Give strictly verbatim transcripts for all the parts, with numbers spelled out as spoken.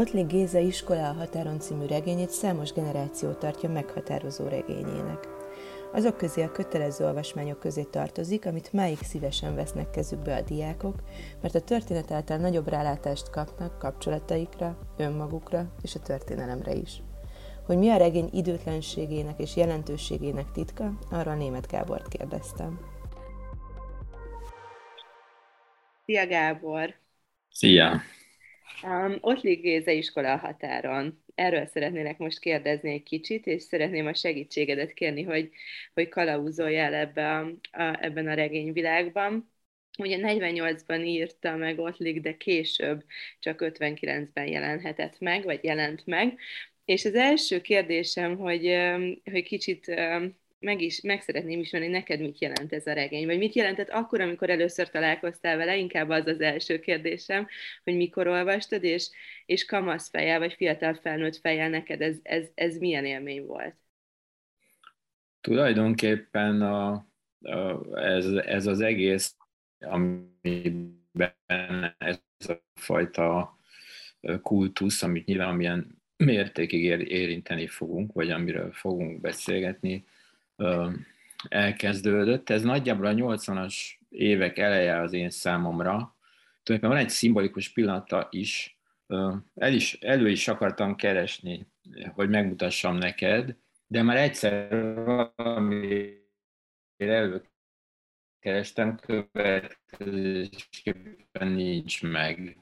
Ottlik Géza Iskola a határon című regényét számos generáció tartja meghatározó regényének. Azok közé a kötelező olvasmányok közé tartozik, amit máig szívesen vesznek kezükbe a diákok, mert a történet által nagyobb rálátást kapnak kapcsolataikra, önmagukra és a történelemre is. Hogy mi a regény időtlenségének és jelentőségének titka, arra a Németh Gábort kérdeztem. Szia Gábor! Szia! Um, Ottlik Géza Iskola a határon. Erről szeretnélek most kérdezni egy kicsit, és szeretném a segítségedet kérni, hogy, hogy kalauzolj el ebbe a, a, ebben a regényvilágban. Ugye negyvennyolcban írta meg Ottlik, de később csak ötvenkilencben jelenhetett meg, vagy jelent meg. És az első kérdésem, hogy, hogy kicsit meg is, meg szeretném ismerni, neked mit jelent ez a regény, vagy mit jelentett akkor, amikor először találkoztál vele, inkább az az első kérdésem, hogy mikor olvastad, és, és kamasz fejjel, vagy fiatal felnőtt fejjel neked ez, ez, ez milyen élmény volt? Tulajdonképpen a, a, ez, ez az egész, amiben ez a fajta kultusz, amit nyilván milyen mértékig ér, érinteni fogunk, vagy amiről fogunk beszélgetni, elkezdődött. Ez nagyjából a nyolcvanas évek eleje az én számomra. Tulajdonképpen van egy szimbolikus pillanata is. El is, elő is akartam keresni, hogy megmutassam neked, de már egyszer valamire előkerestem, következésképpen nincs meg.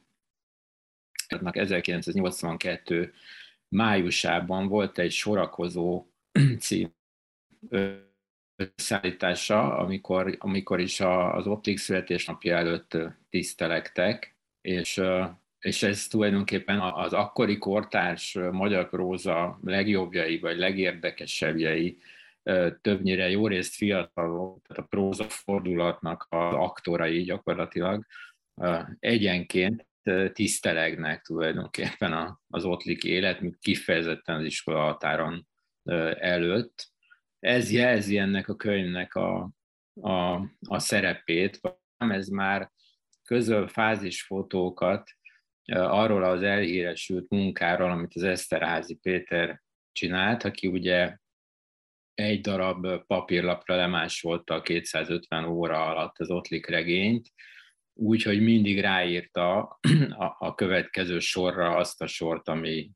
ezerkilencszáznyolcvankettő májusában volt egy sorakozó cím szállítása, amikor, amikor is az Ottlik születésnapja előtt tisztelektek, és, és ez tulajdonképpen az akkori kortárs magyar próza legjobbjai, vagy legérdekesebbjei, többnyire jó részt fiatalok, tehát a próza fordulatnak az aktorai gyakorlatilag egyenként tisztelegnek tulajdonképpen az Ottlik élet, kifejezetten az iskola határon előtt. Ez jelzi ennek a könyvnek a, a, a szerepét. Ez már közöl fázisfotókat arról az elhíresült munkáról, amit az Eszterházy Péter csinált, aki ugye egy darab papírlapra lemásolta a kétszázötven óra alatt az Ottlik regényt, úgyhogy mindig ráírta a, a következő sorra azt a sort, ami,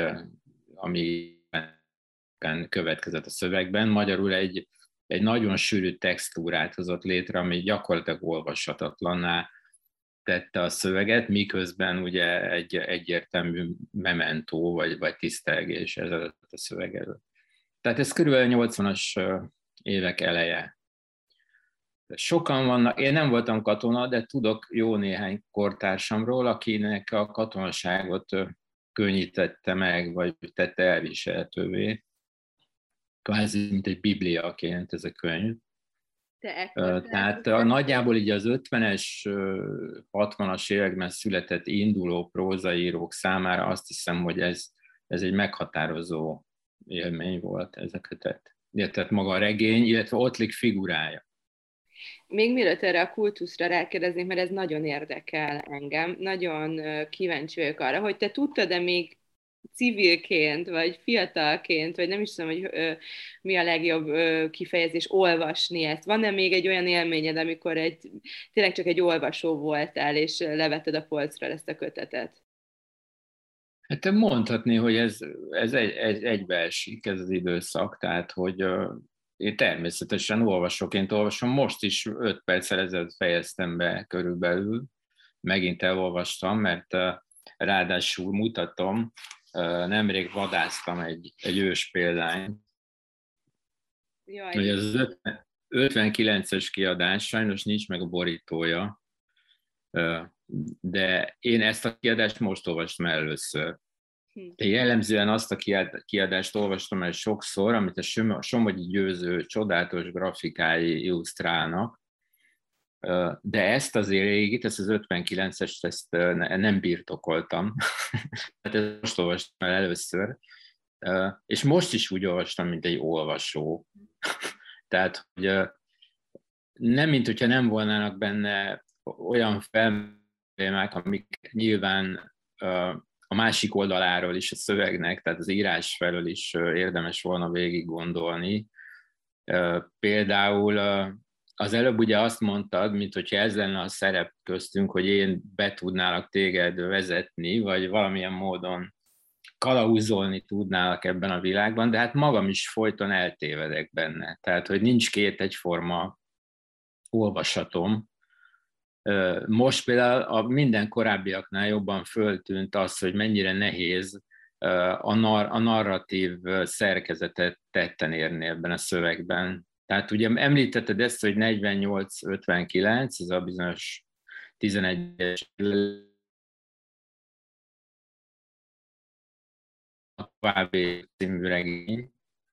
ami következett a szövegben. Magyarul egy, egy nagyon sűrű textúrát hozott létre, ami gyakorlatilag olvashatatlanná tette a szöveget, miközben ugye egy egyértelmű mementó vagy, vagy tisztelgés ez a szöveg előtt. Tehát ez körülbelül nyolcvanas évek eleje. Sokan vannak, én nem voltam katona, de tudok jó néhány kortársamról, akinek a katonaságot könnyítette meg, vagy tette elviselhetővé. Kvázi, mint egy bibliaként ez a könyv. Tehát a, nagyjából így az ötvenes, hatvanas években született induló prózaírók számára azt hiszem, hogy ez, ez egy meghatározó élmény volt ez a kötet. Tehát maga a regény, illetve Ottlik figurája. Még mielőtt erre a kultuszra rákérdeznék, mert ez nagyon érdekel engem, nagyon kíváncsi vagyok arra, hogy te tudtad-e még civilként, vagy fiatalként, vagy nem is tudom, hogy ö, mi a legjobb ö, kifejezés, olvasni ezt. Van-e még egy olyan élményed, amikor egy, tényleg csak egy olvasó voltál, és levetted a polcra ezt a kötetet? Hát mondhatni, hogy ez, ez egy, egy, egybeesik, ez az időszak, tehát, hogy uh, én természetesen olvasóként olvasom, most is öt perccel ezelőtt fejeztem be körülbelül, megint elolvastam, mert uh, ráadásul mutatom, uh, nemrég vadásztam egy, egy ős példányt. Jaj. Ez az ötvenkilences kiadás, sajnos nincs meg a borítója, uh, de én ezt a kiadást most olvastam először. De jellemzően azt a kiadást olvastam el sokszor, amit a Somogyi Győző csodálatos grafikái illusztrálnak, de ezt az régit, ezt az ötvenkilencest, ezt nem birtokoltam. Tehát ezt most olvastam el először, és most is úgy olvastam, mint egy olvasó. Tehát, hogy nem, mint hogyha nem volnának benne olyan felmérések, amik nyilván a másik oldaláról is a szövegnek, tehát az írás felől is érdemes volna végig gondolni. Például az előbb ugye azt mondtad, mint hogyha ez lenne a szerep köztünk, hogy én be tudnálak téged vezetni, vagy valamilyen módon kalauzolni tudnálak ebben a világban, de hát magam is folyton eltévedek benne. Tehát, hogy nincs két egyforma olvasatom. Most például a minden korábbiaknál jobban föltűnt az, hogy mennyire nehéz a, nar- a narratív szerkezetet tetten érni ebben a szövegben. Tehát ugye említetted ezt, hogy negyvennyolc ötvenkilenc, ez a bizonyos tizenegyes további című regény,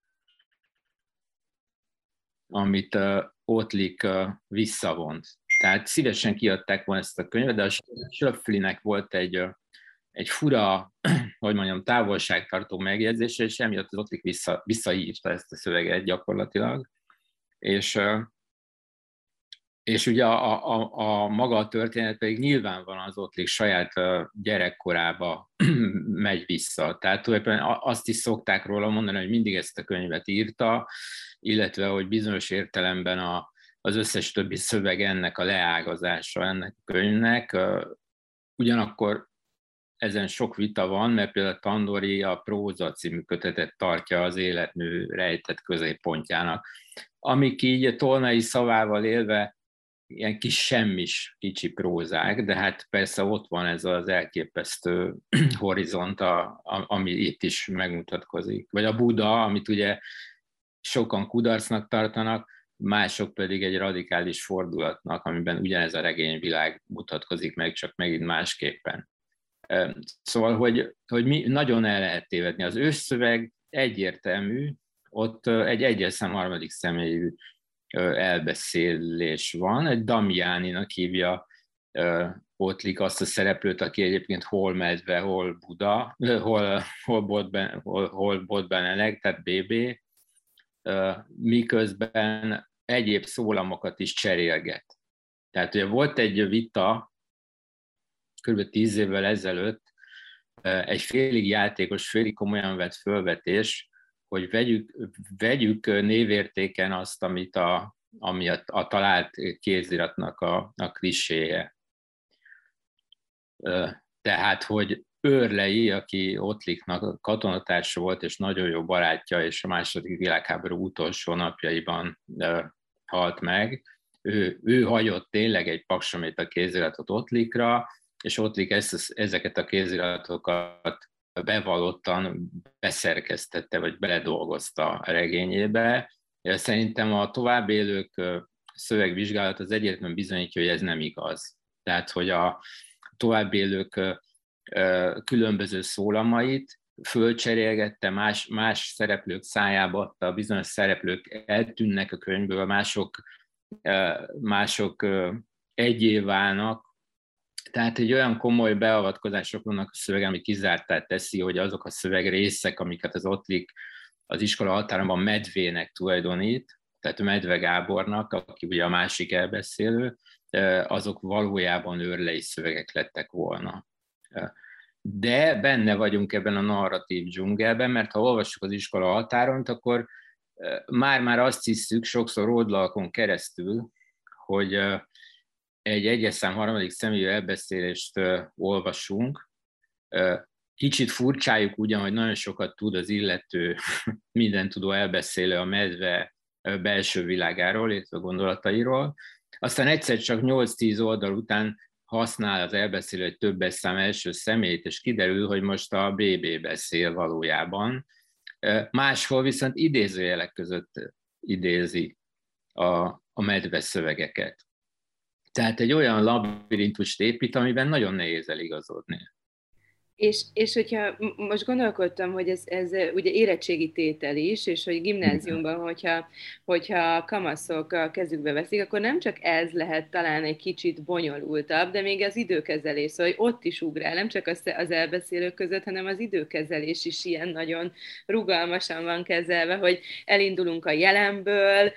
amit uh, Ottlik uh, visszavont. Tehát szívesen kiadták volna ezt a könyvet, de a Schöpflinek volt egy, uh, egy fura, hogy mondjam, távolságtartó megjegyzése, és emiatt az Ottlik vissza, visszaírta ezt a szöveget gyakorlatilag. És, uh, és ugye a, a, a maga a történet pedig nyilvánvalóan az Ottlik saját uh, gyerekkorába megy vissza. Tehát tulajdonképpen azt is szokták róla mondani, hogy mindig ezt a könyvet írta, illetve hogy bizonyos értelemben a, az összes többi szöveg ennek a leágazása ennek a könyvnek. Ugyanakkor ezen sok vita van, mert például Tandori a Próza című kötetet tartja az életmű rejtett középpontjának, amik így Tolnai szavával élve ilyen kis semmis kicsi prózák, de hát persze ott van ez az elképesztő horizont, a, a, ami itt is megmutatkozik. Vagy a Buda, amit ugye sokan kudarcnak tartanak, mások pedig egy radikális fordulatnak, amiben ugyanez a regényvilág mutatkozik meg, csak megint másképpen. Szóval, hogy, hogy mi nagyon el lehet tévedni. Az ősszöveg egyértelmű, ott egy egyes szám harmadik személyű elbeszélés van. Egy Damiáninak hívja Ottlik azt a szereplőt, aki egyébként hol medve, hol Buda, hol, hol, botben, hol, hol botbeneleg, tehát bé bé, miközben egyéb szólamokat is cserélget. Tehát ugye volt egy vita, kb. tíz évvel ezelőtt, egy félig játékos, félig komolyan vett fölvetés, hogy vegyük, vegyük névértéken azt, amit a, ami a, a talált kéziratnak a, a kliséje. Tehát, hogy Őrlei, aki Ottliknak katonatársa volt, és nagyon jó barátja, és a második világháború utolsó napjaiban halt meg, ő, ő hagyott tényleg egy paksamét a kéziratot Ottlikra, és Ottlik ezt, ezeket a kéziratokat bevallottan beszerkesztette, vagy beledolgozta a regényébe. Szerintem a továbbélők szövegvizsgálat az egyértelműen bizonyítja, hogy ez nem igaz. Tehát, hogy a továbbélők különböző szólamait fölcserélgette, más, más szereplők szájába adta, bizonyos szereplők eltűnnek a könyvből, mások, mások egyé válnak. Tehát egy olyan komoly beavatkozások vannak a szöveg, ami kizártá teszi, hogy azok a szövegrészek, amiket az Ottlik az iskola határában Medvének tulajdonít, tehát Medve Gábornak, aki ugye a másik elbeszélő, azok valójában őrlei szövegek lettek volna. De benne vagyunk ebben a narratív dzsungelben, mert ha olvassuk az iskola határon, akkor már-már azt hiszük sokszor oldalakon keresztül, hogy egy egyes szám harmadik személyű elbeszélést olvasunk. Kicsit furcsáljuk ugyan, hogy nagyon sokat tud az illető mindentudó elbeszélő a medve belső világáról, illetve gondolatairól. Aztán egyszer csak nyolc-tíz oldal után használ az elbeszélő egy többes szám első személyt, és kiderül, hogy most a bé bé beszél valójában. Máshol viszont idézőjelek között idézi a, a medve szövegeket. Tehát egy olyan labirintust épít, amiben nagyon nehéz eligazodni. És, és hogyha most gondolkodtam, hogy ez, ez ugye érettségi tétel is, és hogy gimnáziumban, hogyha, hogyha kamaszok a kezükbe veszik, akkor nem csak ez lehet talán egy kicsit bonyolultabb, de még az időkezelés, szóval hogy ott is ugrál, nem csak az, az elbeszélők között, hanem az időkezelés is ilyen nagyon rugalmasan van kezelve, hogy elindulunk a jelenből,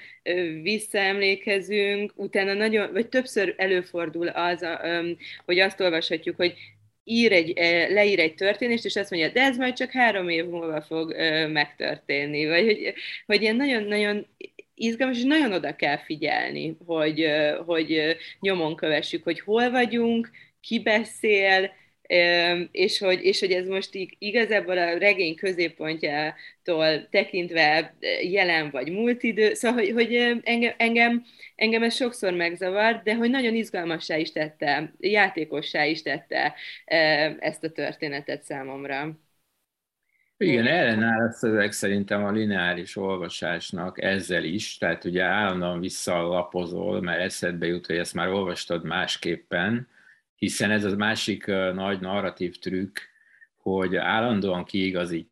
visszaemlékezünk, utána nagyon, vagy többször előfordul az, hogy azt olvashatjuk, hogy ír egy, leír egy történést, és azt mondja, de ez majd csak három év múlva fog megtörténni, vagy hogy, hogy ilyen nagyon-nagyon izgalmas, és nagyon oda kell figyelni, hogy, hogy nyomon kövessük, hogy hol vagyunk, ki beszél, és hogy, és hogy ez most igazából a regény középpontjától tekintve jelen vagy múlt idő, szóval, hogy, hogy engem, engem, engem ez sokszor megzavart, de hogy nagyon izgalmassá is tette, játékossá is tette ezt a történetet számomra. Igen, ellenáll a szöveg szerintem a lineáris olvasásnak ezzel is, tehát ugye állandóan visszalapozol, mert eszedbe jut, hogy ezt már olvastad másképpen, hiszen ez az másik nagy narratív trükk, hogy állandóan kiigazít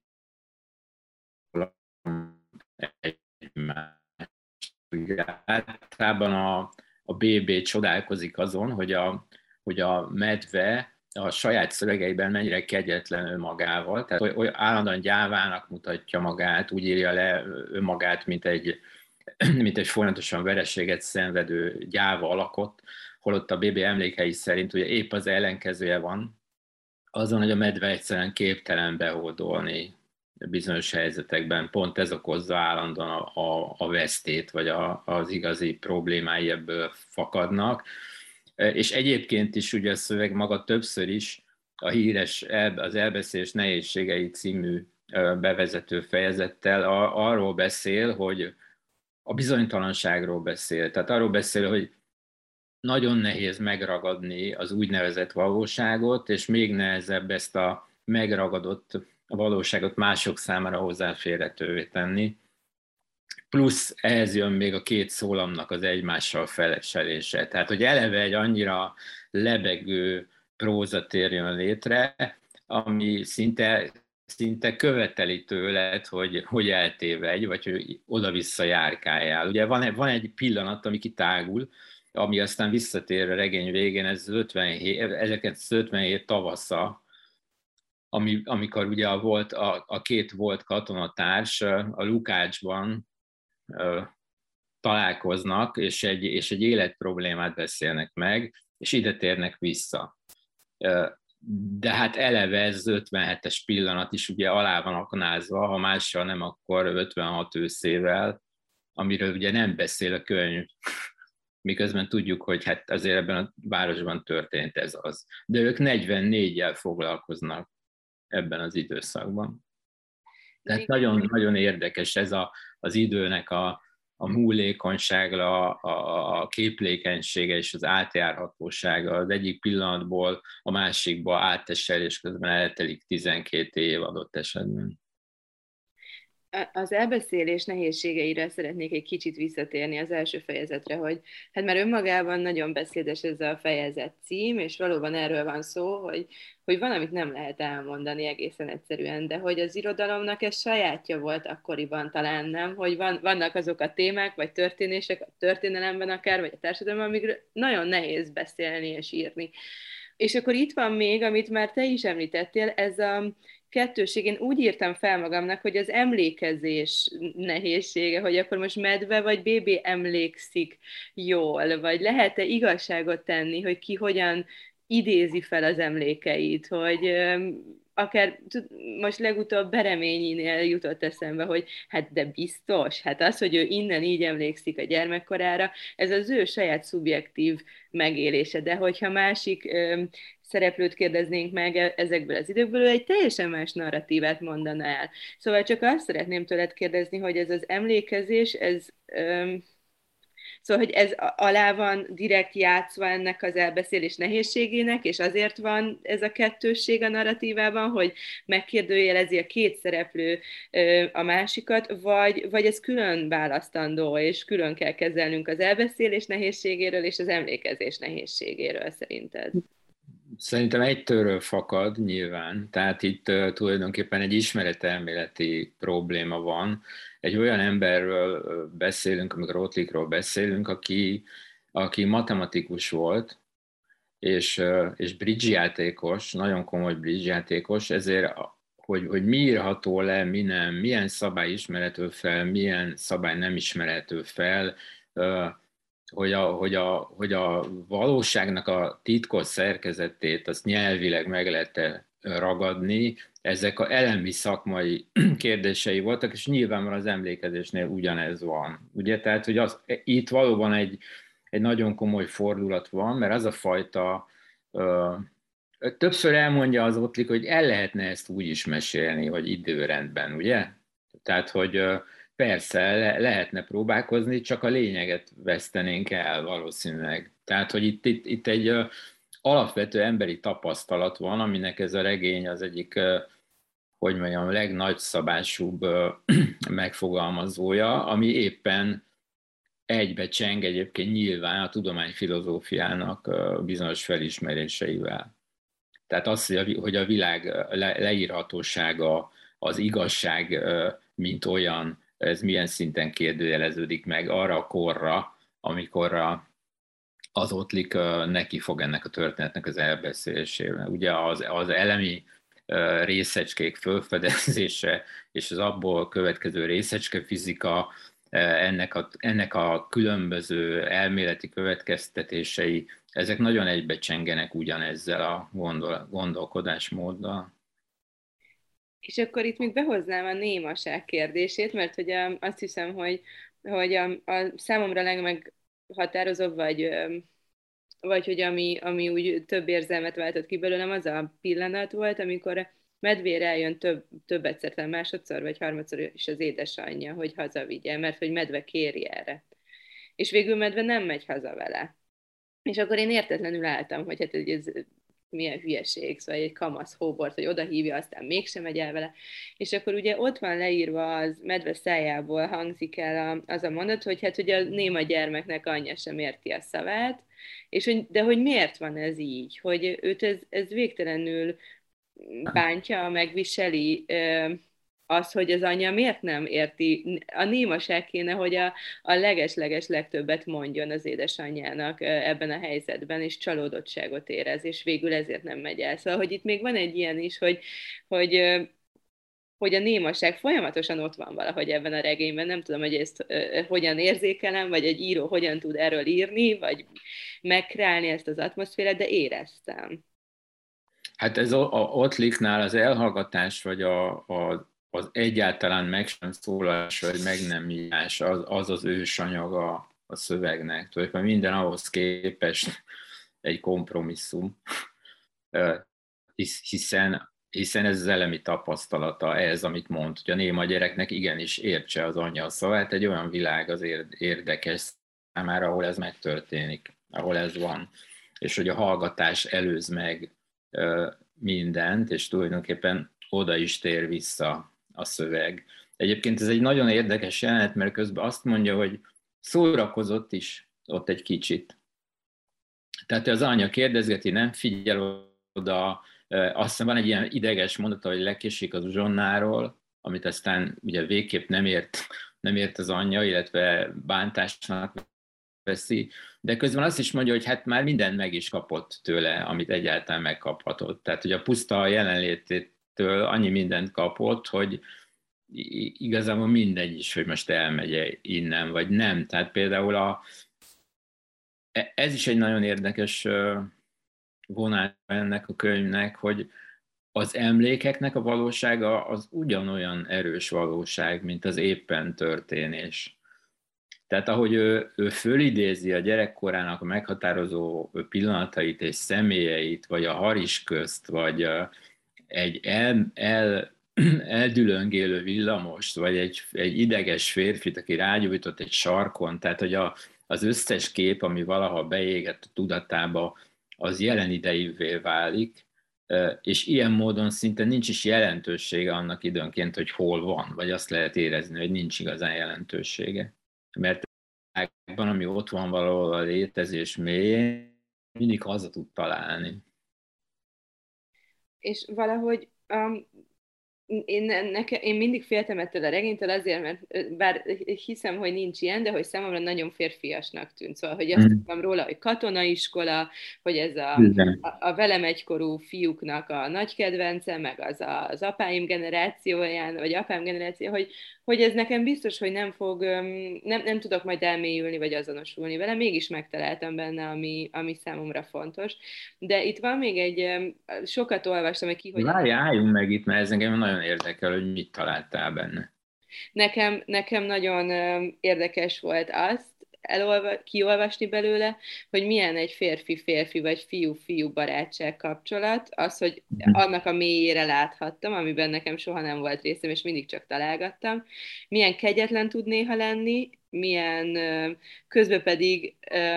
egymást. Ugye általában a, a bé bé csodálkozik azon, hogy a, hogy a medve a saját szövegeiben mennyire kegyetlen önmagával, tehát olyan állandóan gyávának mutatja magát, úgy írja le önmagát, mint egy, mint egy folyamatosan vereséget szenvedő gyáva alakot, holott a bé bé emlékei szerint ugye épp az ellenkezője van, azon, hogy a medve egyszerűen képtelen behódolni bizonyos helyzetekben. Pont ez okozza állandóan a, a, a vesztét, vagy a, az igazi problémái ebből fakadnak. És egyébként is ugye a szöveg maga többször is a híres az elbeszélés nehézségei című bevezető fejezettel arról beszél, hogy a bizonytalanságról beszél. Tehát arról beszél, hogy nagyon nehéz megragadni az úgynevezett valóságot, és még nehezebb ezt a megragadott valóságot mások számára hozzáférhetővé tenni. Plusz ehhez jön még a két szólamnak az egymással feleselése. Tehát, hogy eleve egy annyira lebegő próza térjön létre, ami szinte, szinte követeli tőled, hogy, hogy eltévedj, vagy hogy oda-vissza járkáljál. Ugye van, van egy pillanat, ami kitágul, ami aztán visszatér a regény végén, ez ötvenhét, ezerkilencszázötvenhét tavasza, ami, amikor ugye volt a, a két volt katonatárs a Lukácsban találkoznak, és egy, és egy életproblémát beszélnek meg, és ide térnek vissza. De hát eleve ez ötvenhetes pillanat is ugye alá van aknázva, ha mással nem, akkor ötvenhat őszével, amiről ugye nem beszél a könyv, miközben tudjuk, hogy hát azért ebben a városban történt ez az. De ők negyvennégyel foglalkoznak ebben az időszakban. Tehát nagyon, nagyon érdekes ez a, az időnek a, a múlékonysága, a, a képlékenysége és az átjárhatósága. Az egyik pillanatból a másikba átesel, és közben eltelik tizenkét év adott esetben. Az elbeszélés nehézségeire szeretnék egy kicsit visszatérni az első fejezetre, hogy hát már önmagában nagyon beszédes ez a fejezet cím, és valóban erről van szó, hogy, hogy van, amit nem lehet elmondani egészen egyszerűen, de hogy az irodalomnak ez sajátja volt akkoriban talán nem, hogy van, vannak azok a témák, vagy történések a történelemben akár, vagy a társadalomban, amikről nagyon nehéz beszélni és írni. És akkor itt van még, amit már te is említettél, ez a kettőség. Én úgy írtam fel magamnak, hogy az emlékezés nehézsége, hogy akkor most medve vagy bé bé emlékszik jól, vagy lehet-e igazságot tenni, hogy ki hogyan idézi fel az emlékeit, hogy akár most legutóbb Bereményinél jutott eszembe, hogy hát de biztos, hát az, hogy ő innen így emlékszik a gyermekkorára, ez az ő saját szubjektív megélése, de hogyha másik ö, szereplőt kérdeznénk meg ezekből az időkből, ő egy teljesen más narratívát mondana el. Szóval csak azt szeretném tőled kérdezni, hogy ez az emlékezés, ez... Ö, Szóval, hogy ez alá van direkt játszva ennek az elbeszélés nehézségének, és azért van ez a kettősség a narratívában, hogy megkérdőjelezi a két szereplő a másikat, vagy, vagy ez külön választandó, és külön kell kezelnünk az elbeszélés nehézségéről és az emlékezés nehézségéről szerinted? Szerintem egytőről fakad nyilván, tehát itt uh, tulajdonképpen egy ismeretelméleti probléma van. Egy olyan emberről beszélünk, amikor Rotlikról beszélünk, aki, aki matematikus volt, és, uh, és bridge játékos, nagyon komoly bridge játékos, ezért hogy, hogy mi írható le, mi nem, milyen szabály ismerhető fel, milyen szabály nem ismerhető fel, uh, hogy a, hogy, a, hogy a valóságnak a titkos szerkezetét azt nyelvileg meg lehet ragadni, ezek a elemi szakmai kérdései voltak, és nyilvánvalóan az emlékezésnél ugyanez van. Ugye, tehát, hogy az, itt valóban egy, egy nagyon komoly fordulat van, mert az a fajta, ö, többször elmondja az Ottlik, hogy el lehetne ezt úgy is mesélni, hogy időrendben, ugye? Tehát, hogy ö, persze le, lehetne próbálkozni, csak a lényeget vesztenénk el valószínűleg. Tehát, hogy itt, itt, itt egy ö, alapvető emberi tapasztalat van, aminek ez a regény az egyik, ö, hogy mondjam, legnagyszabásúbb ö, megfogalmazója, ami éppen egybe cseng egyébként nyilván a tudományfilozófiának bizonyos felismeréseivel. Tehát az, hogy a világ leírhatósága, az igazság, mint olyan, ez milyen szinten kérdőjeleződik meg arra a korra, amikor az Ottlik neki fog ennek a történetnek az elbeszélésével. Ugye az, az elemi részecskék fölfedezése és az abból következő részecskefizika, ennek a, ennek a különböző elméleti következtetései, ezek nagyon egybecsengenek ugyanezzel a gondol, gondolkodásmóddal. És akkor itt még behoznám a némaság kérdését, mert hogy a, azt hiszem, hogy, hogy a, a számomra legmeghatározóbb, vagy, vagy hogy ami, ami úgy több érzelmet váltott ki belőlem, az a pillanat volt, amikor Medvére eljön több, több egyszer, másodszor vagy harmadszor is az édesanyja, hogy hazavigye, mert hogy Medve kéri erre. És végül Medve nem megy haza vele. És akkor én értetlenül álltam, hogy hát ez milyen hülyeség, szóval egy kamasz hóbort, hogy oda hívja, aztán mégsem megy el vele. És akkor ugye ott van leírva, az Medve szájából hangzik el az a mondat, hogy hát hogy a néma gyermeknek anyja sem érti a szavát, és hogy, de hogy miért van ez így, hogy őt ez, ez végtelenül bántja, megviseli, az, hogy az anyja miért nem érti, a némaság kéne, hogy a, a leges-leges legtöbbet mondjon az édesanyjának ebben a helyzetben, és csalódottságot érez, és végül ezért nem megy el. Szóval, hogy itt még van egy ilyen is, hogy, hogy hogy a némaság folyamatosan ott van valahogy ebben a regényben. Nem tudom, hogy ezt uh, hogyan érzékelem, vagy egy író hogyan tud erről írni, vagy megkreálni ezt az atmoszférát, de éreztem. Hát ez a, a Ottliknál az elhallgatás, vagy a, a, az egyáltalán meg sem szólás, vagy meg nem írás, az az, az ősanyaga a szövegnek. Tulajdonképpen minden ahhoz képest egy kompromisszum, hiszen, hiszen ez az elemi tapasztalata, ez, amit mond, hogy a néma gyereknek igenis értse az anyja a szavát, egy olyan világ az érdekes számára, ahol ez megtörténik, ahol ez van. És hogy a hallgatás előz meg mindent, és tulajdonképpen oda is tér vissza a szöveg. Egyébként ez egy nagyon érdekes jelenet, mert közben azt mondja, hogy szórakozott is ott egy kicsit. Tehát az anya kérdezgeti, nem figyel oda, azt hiszem van egy ilyen ideges mondata, hogy lekésik az uzsonnáról, amit aztán ugye végképp nem ért, nem ért az anyja, illetve bántásnak veszi, de közben azt is mondja, hogy hát már mindent meg is kapott tőle, amit egyáltalán megkaphatott. Tehát, hogy a puszta jelenlététől annyi mindent kapott, hogy igazából mindegy is, hogy most elmegy innen, vagy nem. Tehát például a, ez is egy nagyon érdekes vonal ennek a könyvnek, hogy az emlékeknek a valósága az ugyanolyan erős valóság, mint az éppen történés. Tehát ahogy ő, ő fölidézi a gyerekkorának a meghatározó pillanatait és személyeit, vagy a haris közt, vagy egy el, el, eldülöngélő villamost, vagy egy, egy ideges férfit, aki rágyújtott egy sarkon, tehát hogy a, az összes kép, ami valaha beégett a tudatába, az jelen idejűvé válik, és ilyen módon szinte nincs is jelentősége annak időnként, hogy hol van, vagy azt lehet érezni, hogy nincs igazán jelentősége. Mert ami ott van valahol a létezés mélyén, mindig haza tud találni. És valahogy um, Én, neke, én mindig féltem ettől a regénytől azért, mert bár hiszem, hogy nincs ilyen, de hogy számomra nagyon férfiasnak tűnt. Szóval, hogy azt Mm. tudtam róla, hogy katonaiskola, hogy ez a, Igen. a, a velem egykorú fiúknak a nagy kedvence, meg az a, az apáim generációján, vagy apám generáció, hogy, hogy ez nekem biztos, hogy nem fog, nem, nem tudok majd elmélyülni, vagy azonosulni vele, mégis megtaláltam benne, ami, ami számomra fontos. De itt van még egy, sokat olvastam, hogy ki hogyan. Várj, álljunk meg itt, mert ez engem nagyon érdekel, hogy mit találtál benne. Nekem, nekem nagyon érdekes volt azt elolva, kiolvasni belőle, hogy milyen egy férfi-férfi vagy fiú-fiú barátság kapcsolat, az, hogy annak a mélyére láthattam, amiben nekem soha nem volt részem, és mindig csak találgattam, milyen kegyetlen tud néha lenni, milyen közben pedig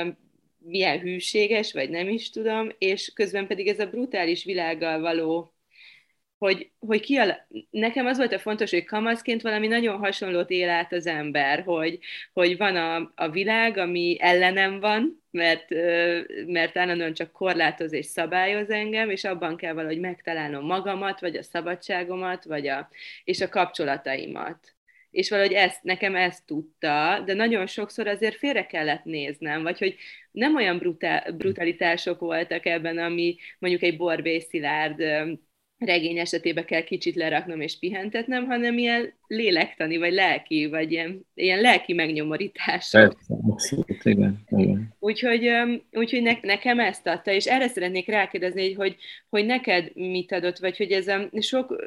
milyen hűséges, vagy nem is tudom, és közben pedig ez a brutális világgal való hogy, hogy kiala... nekem az volt a fontos, hogy kamaszként valami nagyon hasonlót él át az ember, hogy, hogy van a, a világ, ami ellenem van, mert, mert állandóan csak korlátoz és szabályoz engem, és abban kell valahogy megtalálnom magamat, vagy a szabadságomat, vagy a, és a kapcsolataimat. És valahogy ezt, nekem ezt tudta, de nagyon sokszor azért félre kellett néznem, vagy hogy nem olyan brutál, brutalitások voltak ebben, ami mondjuk egy Borbély Szilárd regény esetében kell kicsit leraknom és pihentetnem, hanem ilyen lélektani, vagy lelki, vagy ilyen, ilyen lelki megnyomorítások. Persze, abszolút, igen, igen. Úgyhogy, úgyhogy ne, nekem ezt adta, és erre szeretnék rákérdezni, hogy, hogy neked mit adott, vagy hogy ez a sok,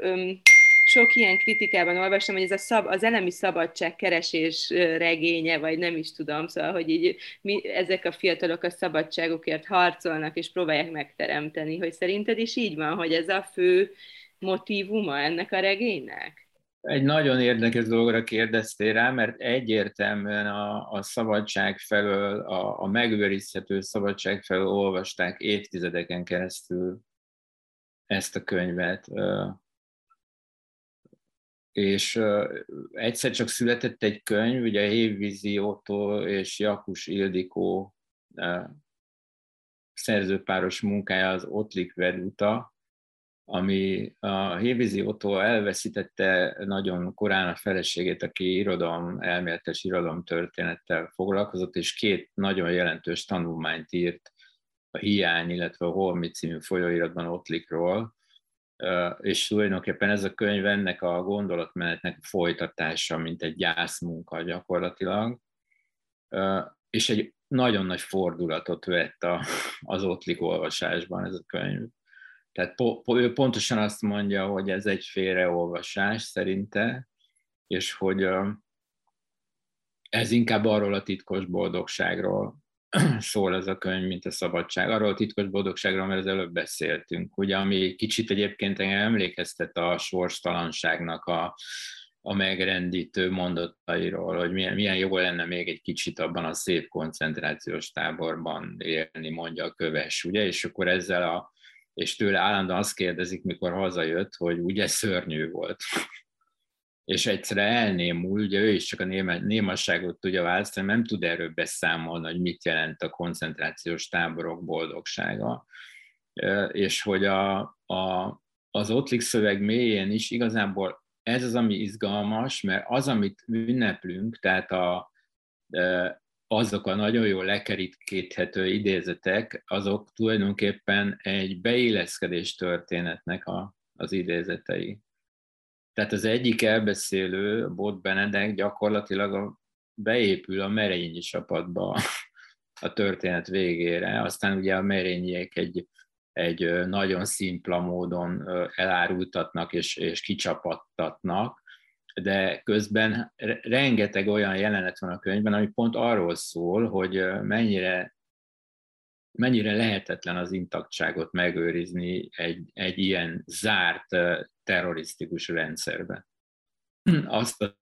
sok ilyen kritikában olvastam, hogy ez a szab, az elemi szabadság keresés regénye, vagy nem is tudom, szóval, hogy így mi, ezek a fiatalok a szabadságokért harcolnak, és próbálják megteremteni, hogy szerinted is így van, hogy ez a fő motívuma ennek a regénynek? Egy nagyon érdekes dologra kérdeztél rá, mert egyértelműen a, a szabadság felől, a, a megőrizhető szabadság felől olvasták évtizedeken keresztül ezt a könyvet. És egyszer csak született egy könyv, ugye Hévízi Otto és Jakus Ildikó szerzőpáros munkája, az Ottlik Veduta, ami a Hévízi Otto elveszítette nagyon korán a feleségét, aki irodalom, elméletes irodalomtörténettel foglalkozott, és két nagyon jelentős tanulmányt írt a Hiány, illetve a Holmi című folyóiratban Ottlikról, és tulajdonképpen ez a könyv ennek a gondolatmenetnek a folytatása, mint egy gyászmunka gyakorlatilag, és egy nagyon nagy fordulatot vett az Ottlik olvasásban ez a könyv. Tehát po, po, ő pontosan azt mondja, hogy ez egy félreolvasás szerinte, és hogy ez inkább arról a titkos boldogságról szól ez a könyv, mint a szabadság. Arról a titkos boldogságról, mert az előbb beszéltünk, ugye, ami kicsit egyébként engem emlékeztet a sorstalanságnak a, a megrendítő mondatairól, hogy milyen, milyen jó lenne még egy kicsit abban a szép koncentrációs táborban élni, mondja a köves, ugye, és akkor ezzel a és tőle állandóan azt kérdezik, mikor hazajött, hogy ugye szörnyű volt. És egyszerre elnémul, ugye ő is csak a némasságot tudja választani, nem tud erről beszámolni, hogy mit jelent a koncentrációs táborok boldogsága. És hogy a, a, az Ottlik szöveg mélyén is igazából ez az, ami izgalmas, mert az, amit ünneplünk, tehát a, azok a nagyon jól lekerítkíthető idézetek, azok tulajdonképpen egy beilleszkedés történetnek a, az idézetei. Tehát az egyik elbeszélő, Bot Benedek gyakorlatilag a, beépül a Merényi csapatba a történet végére, aztán ugye a Merényiek egy, egy nagyon szimpla módon elárultatnak és, és kicsapattatnak, de közben rengeteg olyan jelenet van a könyvben, ami pont arról szól, hogy mennyire, mennyire lehetetlen az intaktságot megőrizni egy, egy ilyen zárt terrorisztikus rendszerben. Azt a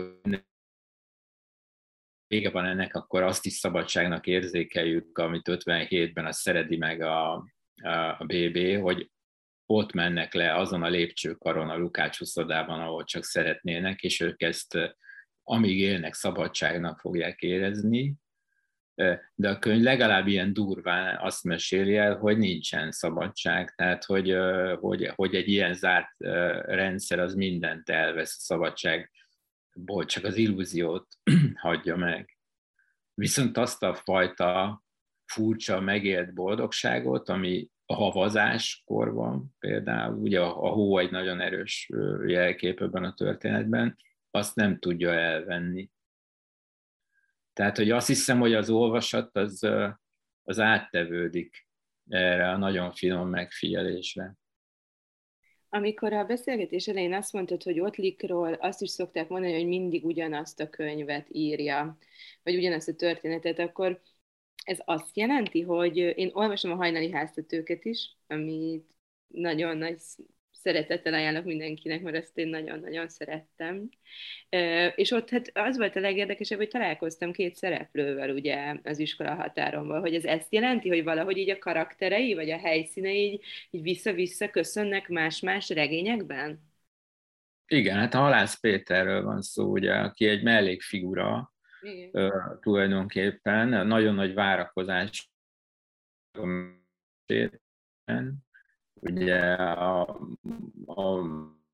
vége van ennek, akkor azt is szabadságnak érzékeljük, amit ötvenhétben a Szeredi meg a, a bé bé, hogy ott mennek le azon a lépcsőkaron a Lukács uszodában, ahol csak szeretnének, és ők ezt, amíg élnek, szabadságnak fogják érezni, De a könyv legalább ilyen durván azt meséli el, hogy nincsen szabadság, tehát hogy, hogy, hogy egy ilyen zárt rendszer az mindent elvesz a szabadságból, csak az illúziót hagyja meg. Viszont azt a fajta furcsa megélt boldogságot, ami a havazáskor van például, ugye a, a hó egy nagyon erős jelkép ebben a történetben, azt nem tudja elvenni. Tehát, hogy azt hiszem, hogy az olvasat az, az áttevődik erre a nagyon finom megfigyelésre. Amikor a beszélgetés elején azt mondtad, hogy Ottlikról azt is szokták mondani, hogy mindig ugyanazt a könyvet írja, vagy ugyanazt a történetet, akkor ez azt jelenti, hogy én olvasom a Hajnali háztetőket is, amit nagyon nagy szeretettel ajánlok mindenkinek, mert ezt én nagyon-nagyon szerettem. És ott hát az volt a legérdekesebb, hogy találkoztam két szereplővel ugye az iskola határomból, hogy ez ezt jelenti, hogy valahogy így a karakterei, vagy a helyszínei így, így vissza-vissza köszönnek más-más regényekben? Igen, hát a Halász Péterről van szó, ugye, aki egy mellékfigura, uh, tulajdonképpen, nagyon nagy várakozás ugye a, a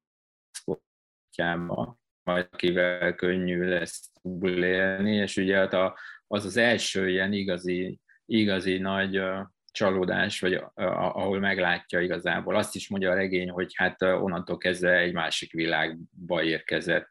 sportjába, majd akivel könnyű lesz túlélni, és ugye az az első ilyen igazi, igazi nagy csalódás, vagy ahol meglátja igazából. Azt is mondja a regény, hogy hát onnantól kezdve egy másik világba érkezett.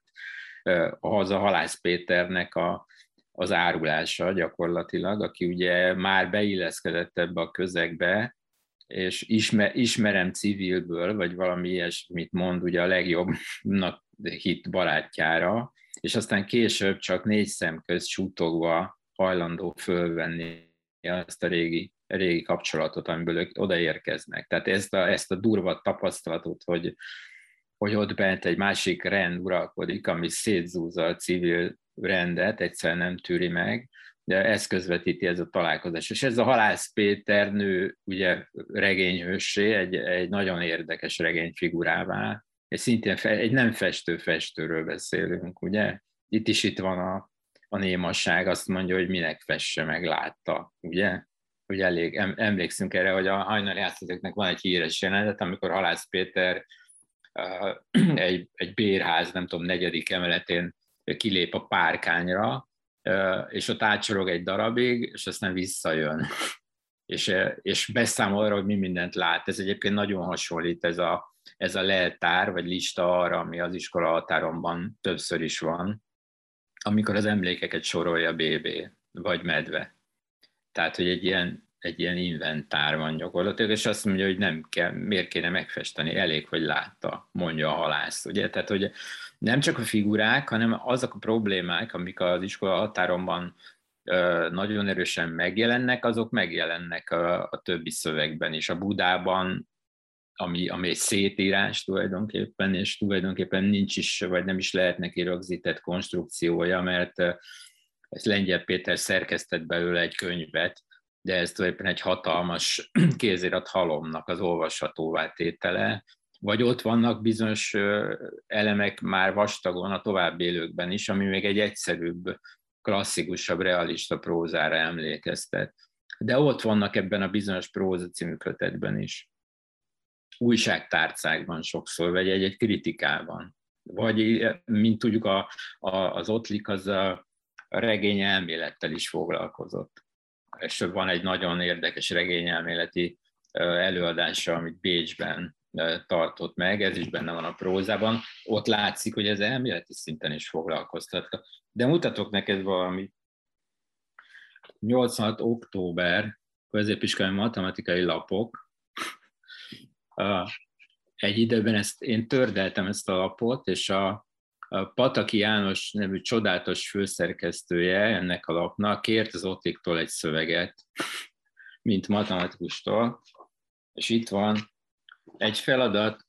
Az a Halász Péternek a, az árulása gyakorlatilag, aki ugye már beilleszkedett ebbe a közegbe, és ismer, ismerem civilből, vagy valami ilyesmit mond ugye a legjobbnak hit barátjára, és aztán később csak négy szem közt suttogva hajlandó fölvenni azt a régi, régi kapcsolatot, amiből ők odaérkeznek. Tehát ezt a, ezt a durva tapasztalatot, hogy, hogy ott bent egy másik rend uralkodik, ami szétzúzza a civil rendet, egyszerűen nem tűri meg, de ez közvetíti ez a találkozás. És ez a Halász Péter nő ugye regényhőssé, egy, egy nagyon érdekes regényfigurává, és szintén fe, egy nem festő festőről beszélünk, ugye? Itt is itt van a, a némasság, azt mondja, hogy minek fesse meg, látta, ugye? Hogy elég, emlékszünk erre, hogy a Hajnali háztetőknek van egy híres jelenet, amikor Halász Péter uh, egy, egy bérház, nem tudom, negyedik emeletén kilép a párkányra, és ott átsorog egy darabig, és aztán visszajön. és, és beszámol arra, hogy mi mindent lát. Ez egyébként nagyon hasonlít ez a, ez a leltár, vagy lista arra, ami az iskola határomban többször is van, amikor az emlékeket sorolja bé bé, vagy medve. Tehát, hogy egy ilyen, egy ilyen inventár van gyakorlatilag, és azt mondja, hogy nem kell, miért kéne megfesteni, elég, hogy látta, mondja a halász. Ugye? Tehát, hogy nem csak a figurák, hanem azok a problémák, amik az iskola határomban nagyon erősen megjelennek, azok megjelennek a, a többi szövegben is. A Budában, ami, ami egy szétírás tulajdonképpen, és tulajdonképpen nincs is, vagy nem is lehet neki rögzített konstrukciója, mert ezt Lengyel Péter szerkesztett belőle egy könyvet, de ez tulajdonképpen egy hatalmas kézirat halomnak az olvashatóvá tétele, vagy ott vannak bizonyos elemek már vastagon a továbbélőkben is, ami még egy egyszerűbb, klasszikusabb, realista prózára emlékeztet. De ott vannak ebben a bizonyos próza című kötetben is. Újságtárcákban sokszor, vagy egy-egy kritikában. Vagy, mint tudjuk, a, a, az Ottlik az a regény elmélettel is foglalkozott. És van egy nagyon érdekes regényelméleti előadása, amit Bécsben tartott meg, ez is benne van a prózában. Ott látszik, hogy ez elméleti szinten is foglalkoztat. De mutatok neked valamit. nyolcvanhat október, középiskolai matematikai lapok. Egy időben ezt, én tördeltem ezt a lapot, és a, a Pataki János nevű csodálatos főszerkesztője ennek a lapnak kért az Ottliktól egy szöveget, mint matematikustól, és itt van egy feladat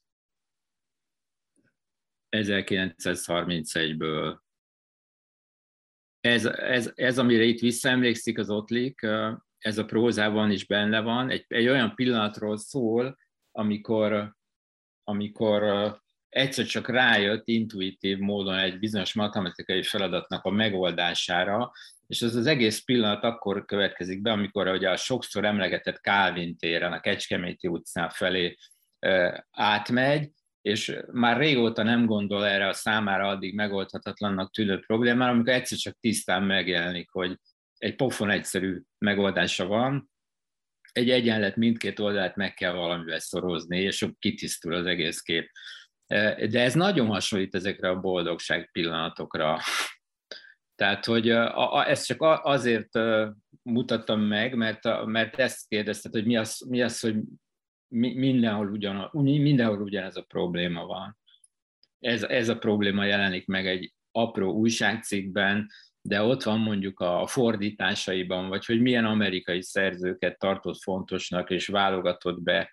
ezerkilencszázharmincegyből. Ez, ez, ez, amire itt visszaemlékszik az Ottlik, ez a prózában is benne van, egy, egy olyan pillanatról szól, amikor, amikor egyszer csak rájött intuitív módon egy bizonyos matematikai feladatnak a megoldására, És ez az egész pillanat akkor következik be, amikor ugye a sokszor emlegetett Kálvin téren, a Kecskeméti utcán felé átmegy, és már régóta nem gondol erre a számára addig megoldhatatlannak tűnő problémára, amikor egyszer csak tisztán megjelenik, hogy egy pofon egyszerű megoldása van, egy egyenlet mindkét oldalát meg kell valamivel szorozni, és akkor kitisztul az egész kép. De ez nagyon hasonlít ezekre a boldogság pillanatokra. Tehát, hogy a, a, ezt csak azért mutattam meg, mert, mert ezt kérdezted, hogy mi az, mi az hogy mindenhol, ugyan, mindenhol ugyanez a probléma van. Ez, ez a probléma jelenik meg egy apró újságcikkben, de ott van mondjuk a fordításaiban, vagy hogy milyen amerikai szerzőket tartott fontosnak, és válogatott be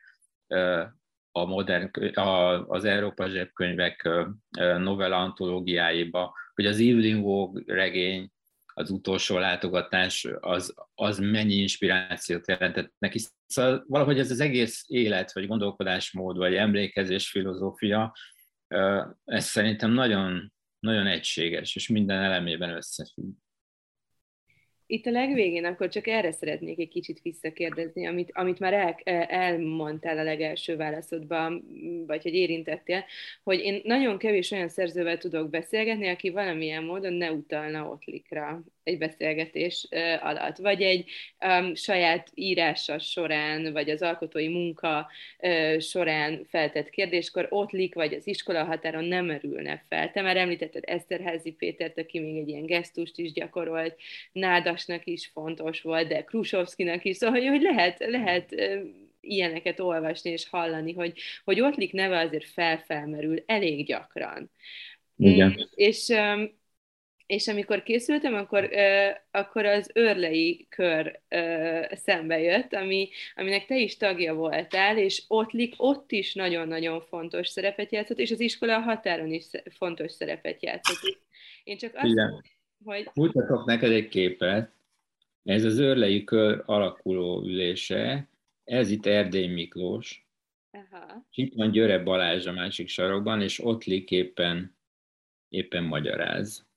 a modern, az Európa zsebkönyvek novella antológiáiba, hogy az Evelyn Waugh regény, az utolsó látogatás, az, az mennyi inspirációt jelentett neki. Szóval valahogy ez az egész élet, vagy gondolkodásmód, vagy emlékezés filozófia, ez szerintem nagyon, nagyon egységes, és minden elemében összefügg. Itt a legvégén akkor csak erre szeretnék egy kicsit visszakérdezni, amit, amit már el, elmondtál a legelső válaszodban, vagy hogy érintettél, hogy én nagyon kevés olyan szerzővel tudok beszélgetni, aki valamilyen módon ne utalna Ottlikra egy beszélgetés uh, alatt, vagy egy um, saját írása során, vagy az alkotói munka uh, során feltett kérdéskor Ottlik vagy az iskola határon nem merülne fel. Te már említetted Eszterházy Pétert, aki még egy ilyen gesztust is gyakorolt, Nádasnak is fontos volt, de Krusovszkinak is, szóval hogy lehet, lehet uh, ilyeneket olvasni és hallani, hogy, hogy Ottlik neve azért felfelmerül elég gyakran. Igen. Mm, és um, És amikor készültem, akkor, uh, akkor az Őrlei kör uh, szembe jött, ami, aminek te is tagja voltál, és Ottlik ott is nagyon-nagyon fontos szerepet játszott, és az iskola határon is fontos szerepet játszott. Én csak azt Igen. mondom, hogy... Mutatok neked egy képet. Ez az Őrlei kör alakuló ülése, ez itt Erdély Miklós, Aha. itt van Györe Balázs a másik sarokban, és Ottlik éppen, éppen magyaráz.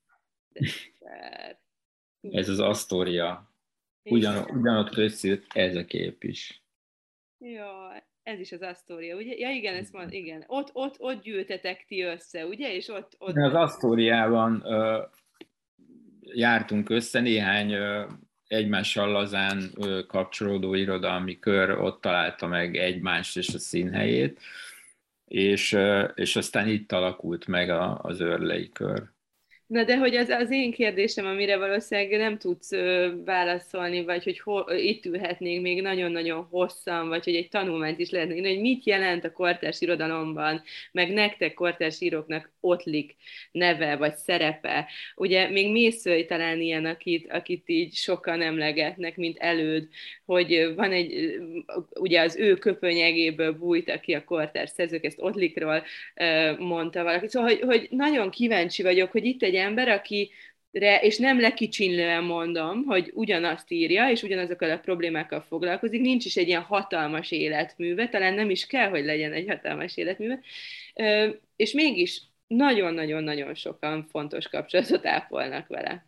Ez az Asztória. Ugyan, ugyanott készült ez a kép is. Jó, ez is az Asztória, ugye? Ja igen, ezt mond, igen. Ott, ott, ott gyűltetek ti össze, ugye? És ott, ott... Az Asztóriában uh, jártunk össze, néhány uh, egymással lazán uh, kapcsolódó irodalmi kör ott találta meg egymást és a színhelyét, és, uh, és aztán itt alakult meg a, az Őrlei kör. Na de hogy az, az én kérdésem, amire valószínűleg nem tudsz ö, válaszolni, vagy hogy ho, itt ülhetnénk még nagyon-nagyon hosszan, vagy hogy egy tanulmányt is lehetne írni, hogy mit jelent a kortárs irodalomban, meg nektek kortárs íróknak Ottlik neve, vagy szerepe. Ugye még Mészöly talán ilyen, akit, akit így sokan emlegetnek, mint előd, hogy van egy, ugye az ő köpönyegéből bújtak ki a kortárs szerzők, ezt Ottlikról ö, mondta valaki. Szóval, hogy, hogy nagyon kíváncsi vagyok, hogy itt egy ember, akire, és nem lekicsinlően mondom, hogy ugyanazt írja, és ugyanazokkal a problémákkal foglalkozik, nincs is egy ilyen hatalmas életműve, talán nem is kell, hogy legyen egy hatalmas életműve, és mégis nagyon-nagyon-nagyon sokan fontos kapcsolatot ápolnak vele.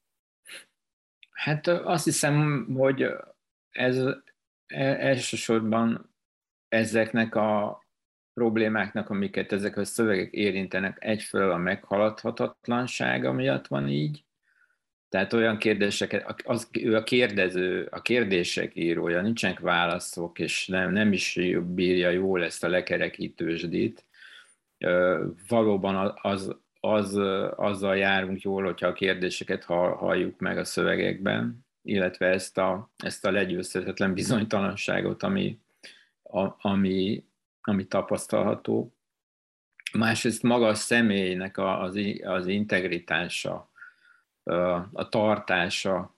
Hát azt hiszem, hogy ez elsősorban ezeknek a problémáknak, amiket ezek a szövegek érintenek, egyfelől a meghaladhatatlansága miatt van így, tehát olyan kérdéseket, az, ő a kérdező, a kérdések írója, nincsenek válaszok, és nem, nem is bírja jól ezt a lekerekítősdit. Valóban az, az, azzal járunk jól, hogyha a kérdéseket halljuk meg a szövegekben, illetve ezt a, ezt a legyőzhetetlen bizonytalanságot, ami, a, ami ami tapasztalható. Másrészt maga a személynek az, az integritása, a tartása,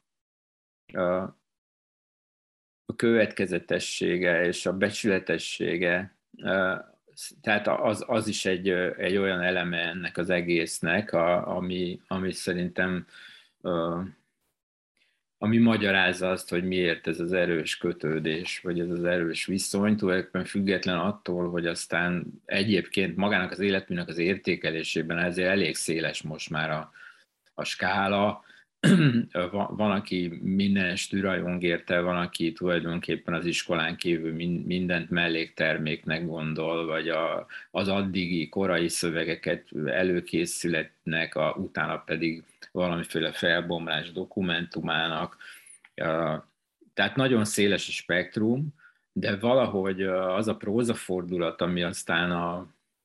a következetessége és a becsületessége, tehát az, az is egy, egy olyan eleme ennek az egésznek, ami, ami szerintem ami magyarázza azt, hogy miért ez az erős kötődés, vagy ez az erős viszony, tulajdonképpen független attól, hogy aztán egyébként magának az életműnek az értékelésében ezért elég széles most már a, a skála, van, van, aki mindenest rajong érte, van, aki tulajdonképpen az iskolán kívül mindent mellékterméknek gondol, vagy a, az addigi korai szövegeket előkészületnek, a, utána pedig valamiféle felbomlás dokumentumának. Tehát nagyon széles a spektrum, de valahogy az a prózafordulat, ami aztán a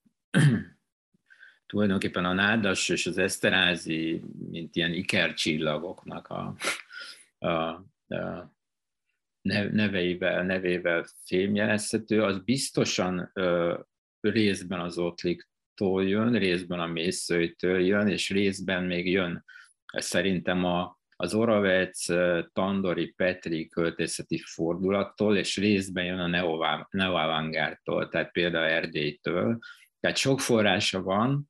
tulajdonképpen a Nádas és az Esterházy, mint ilyen ikercsillagoknak a, a, a neveivel, nevével fémjelezhető, az biztosan ö, részben az Ottliktól jön, részben a Mészőitől jön, és részben még jön szerintem a, az Oravec, Tandori, Petri költészeti fordulattól, és részben jön a neoavantgárdtól, tehát például Erdélytől. Tehát sok forrása van,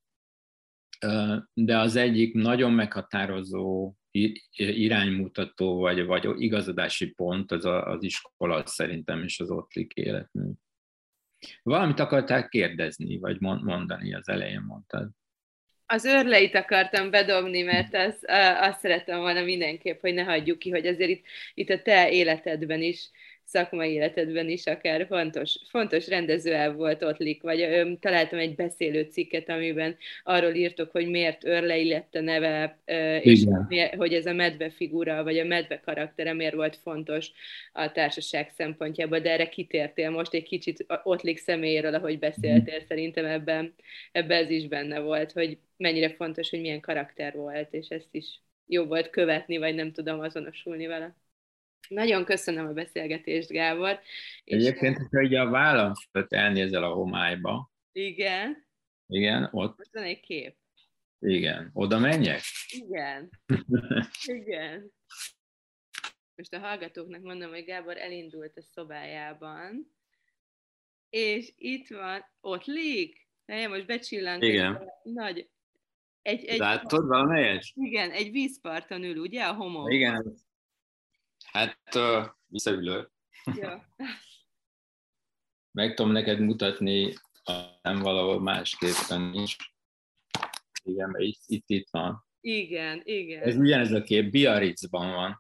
de az egyik nagyon meghatározó iránymutató, vagy, vagy igazodási pont az a, az iskola szerintem, és az Ottlik életmű. Valamit akartál kérdezni, vagy mondani, az elején mondtad? Az őrleit akartam bedobni, mert az, azt szerettem volna mindenképp, hogy ne hagyjuk ki, hogy azért itt, itt a te életedben is, szakmai életedben is akár fontos, fontos rendezőelv volt Ottlik, vagy ö, találtam egy beszélő cikket, amiben arról írtok, hogy miért őrlei lett a neve, ö, és miért, hogy ez a medve figura, vagy a medve karaktere miért volt fontos a társaság szempontjából, de erre kitértél most egy kicsit Ottlik személyéről, ahogy beszéltél, szerintem ebben, ebben ez is benne volt, hogy mennyire fontos, hogy milyen karakter volt, és ezt is jó volt követni, vagy nem tudom azonosulni vele. Nagyon köszönöm a beszélgetést, Gábor. Egyébként, és... hogyha a vállam fölött elnézel a homályba. Igen. Igen, ott. Ott van egy kép. Igen. Oda menjek? Igen. Igen. Most a hallgatóknak mondom, hogy Gábor elindult a szobájában, és itt van, ott lég. Ne, most becsillant. Igen. Egy nagy... Egy, egy... Láttad valamelyest? Igen, egy vízparton ül, ugye, a homok. Igen. Hát uh, visszaülök. Ja. Meg tudom neked mutatni, nem valahol másképpen is. Igen, mert itt, itt, itt van. Igen, igen. Ez ugyanez a kép, Biarritzban van.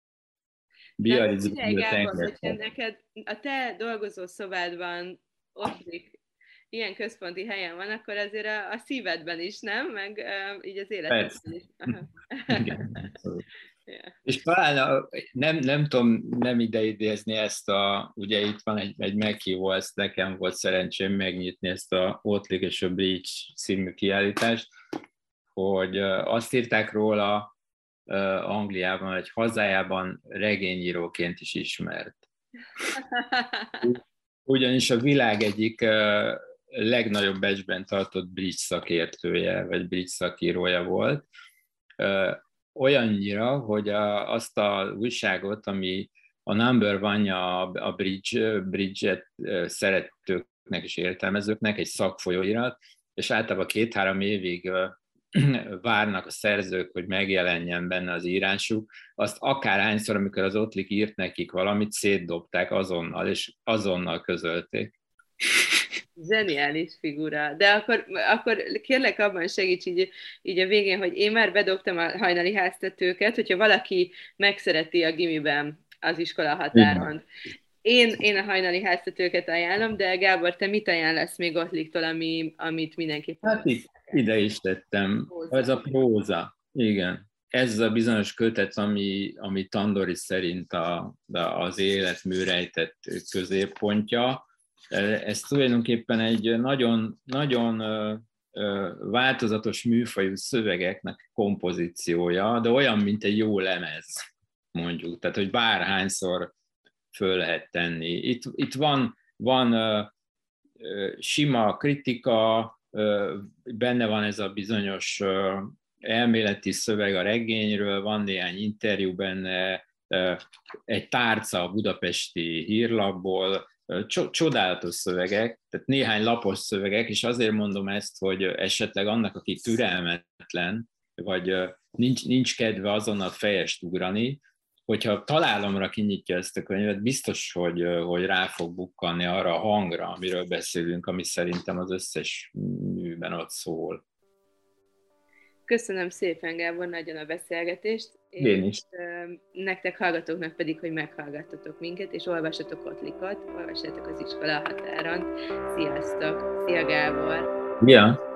Biarritzban a Gábor, hogyha neked a te dolgozó szobádban Ottlik ilyen központi helyen van, akkor azért a, a szívedben is, nem? Meg uh, így az életedben is. Igen. Yeah. És talán a, nem, nem tudom nem ideidézni ezt a, ugye itt van egy, egy meghívó, ezt nekem volt szerencsém megnyitni ezt a Ottlik és a Bridge című kiállítást, hogy azt írták róla Angliában, hogy hazájában regényíróként is ismert. Ugyanis a világ egyik legnagyobb becsben tartott bridge szakértője, vagy bridge szakírója volt. Olyannyira, hogy a, azt a újságot, ami a number one-ja a bridge, bridge-et szeretőknek és értelmezőknek, egy szakfolyóirat, és általában két-három évig várnak a szerzők, hogy megjelenjen benne az írásuk, azt akárhányszor, amikor az Ottlik írt nekik valamit, szétdobták azonnal, és azonnal közölték. Zseniális figura. De akkor, akkor kérlek abban segíts így, így a végén, hogy én már bedobtam a hajnali háztetőket, hogyha valaki megszereti a gimiben az iskola határon. Én, én a hajnali háztetőket ajánlom, de Gábor, te mit ajánlasz még Ottliktól, ami, amit mindenképpen... Hát itt, ide is tettem. Próza. Ez a próza. Igen. Ez a bizonyos kötet, ami, ami Tandori szerint a, az életmű rejtett középpontja. Ez tulajdonképpen egy nagyon, nagyon változatos műfajú szövegeknek kompozíciója, de olyan, mint egy jó lemez, mondjuk. Tehát, hogy bárhányszor föl lehet tenni. Itt, itt van, van sima kritika, benne van ez a bizonyos elméleti szöveg a regényről, van néhány interjú benne, egy tárca a budapesti hírlapból, csodálatos szövegek, tehát néhány lapos szövegek, és azért mondom ezt, hogy esetleg annak, aki türelmetlen, vagy nincs, nincs kedve azonnal fejest ugrani, hogyha találomra kinyitja ezt a könyvet, biztos, hogy, hogy rá fog bukkanni arra a hangra, amiről beszélünk, ami szerintem az összes műben ott szól. Köszönöm szépen, Gábor, nagyon a beszélgetést, Én és is. nektek hallgatóknak pedig, hogy meghallgattatok minket, és olvassatok Ottlikot, olvassátok az Iskola a határon. Sziasztok! Szia, Gábor! Ja.